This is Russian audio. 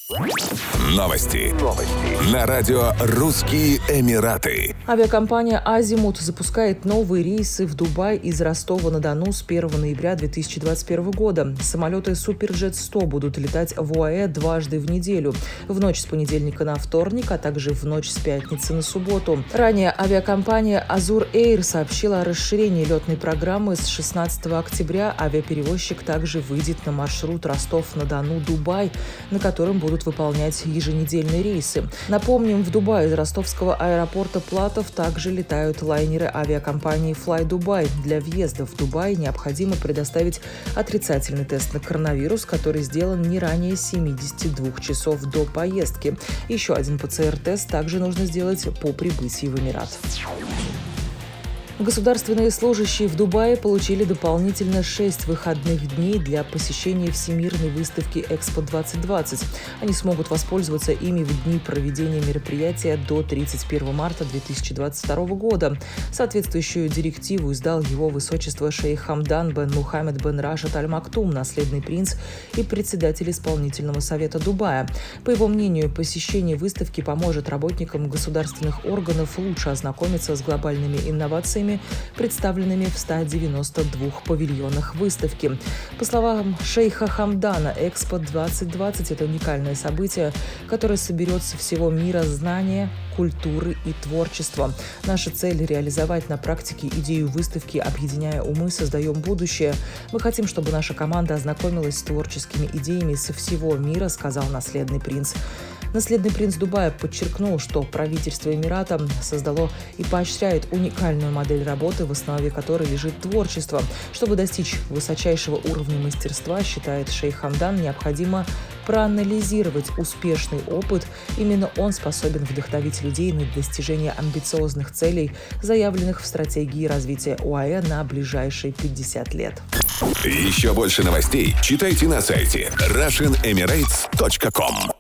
Новости. На радио «Русские Эмираты». Авиакомпания «Азимут» запускает новые рейсы в Дубай из Ростова-на-Дону с 1 ноября 2021 года. Самолеты «Суперджет-100» будут летать в ОАЭ дважды в неделю. В ночь с понедельника на вторник, а также в ночь с пятницы на субботу. Ранее авиакомпания «Азур Эйр» сообщила о расширении летной программы. С 16 октября авиаперевозчик также выйдет на маршрут Ростов-на-Дону-Дубай, на котором будут выполнять еженедельные рейсы. Напомним, в Дубай из ростовского аэропорта Платов также летают лайнеры авиакомпании Fly Dubai. Для въезда в Дубай необходимо предоставить отрицательный тест на коронавирус, который сделан не ранее 72 часов до поездки. Еще один ПЦР-тест также нужно сделать по прибытии в Эмират. Государственные служащие в Дубае получили дополнительно 6 выходных дней для посещения Всемирной выставки Экспо-2020. Они смогут воспользоваться ими в дни проведения мероприятия до 31 марта 2022 года. Соответствующую директиву издал его высочество шейх Хамдан бен Мухаммед бен Рашид Аль Мактум, наследный принц и председатель исполнительного совета Дубая. По его мнению, посещение выставки поможет работникам государственных органов лучше ознакомиться с глобальными инновациями, представленными в 192 павильонах выставки. По словам шейха Хамдана, Экспо-2020 – это уникальное событие, которое соберет со всего мира знания, культуры и творчества. Наша цель – реализовать на практике идею выставки «Объединяя умы, создаем будущее». Мы хотим, чтобы наша команда ознакомилась с творческими идеями со всего мира, сказал наследный принц. Наследный принц Дубая подчеркнул, что правительство Эмирата создало и поощряет уникальную модель работы, в основе которой лежит творчество. Чтобы достичь высочайшего уровня мастерства, считает шейх Хамдан, необходимо проанализировать успешный опыт. Именно он способен вдохновить людей на достижение амбициозных целей, заявленных в стратегии развития ОАЭ на ближайшие 50 лет. Еще больше новостей читайте на сайте RussianEmirates.com.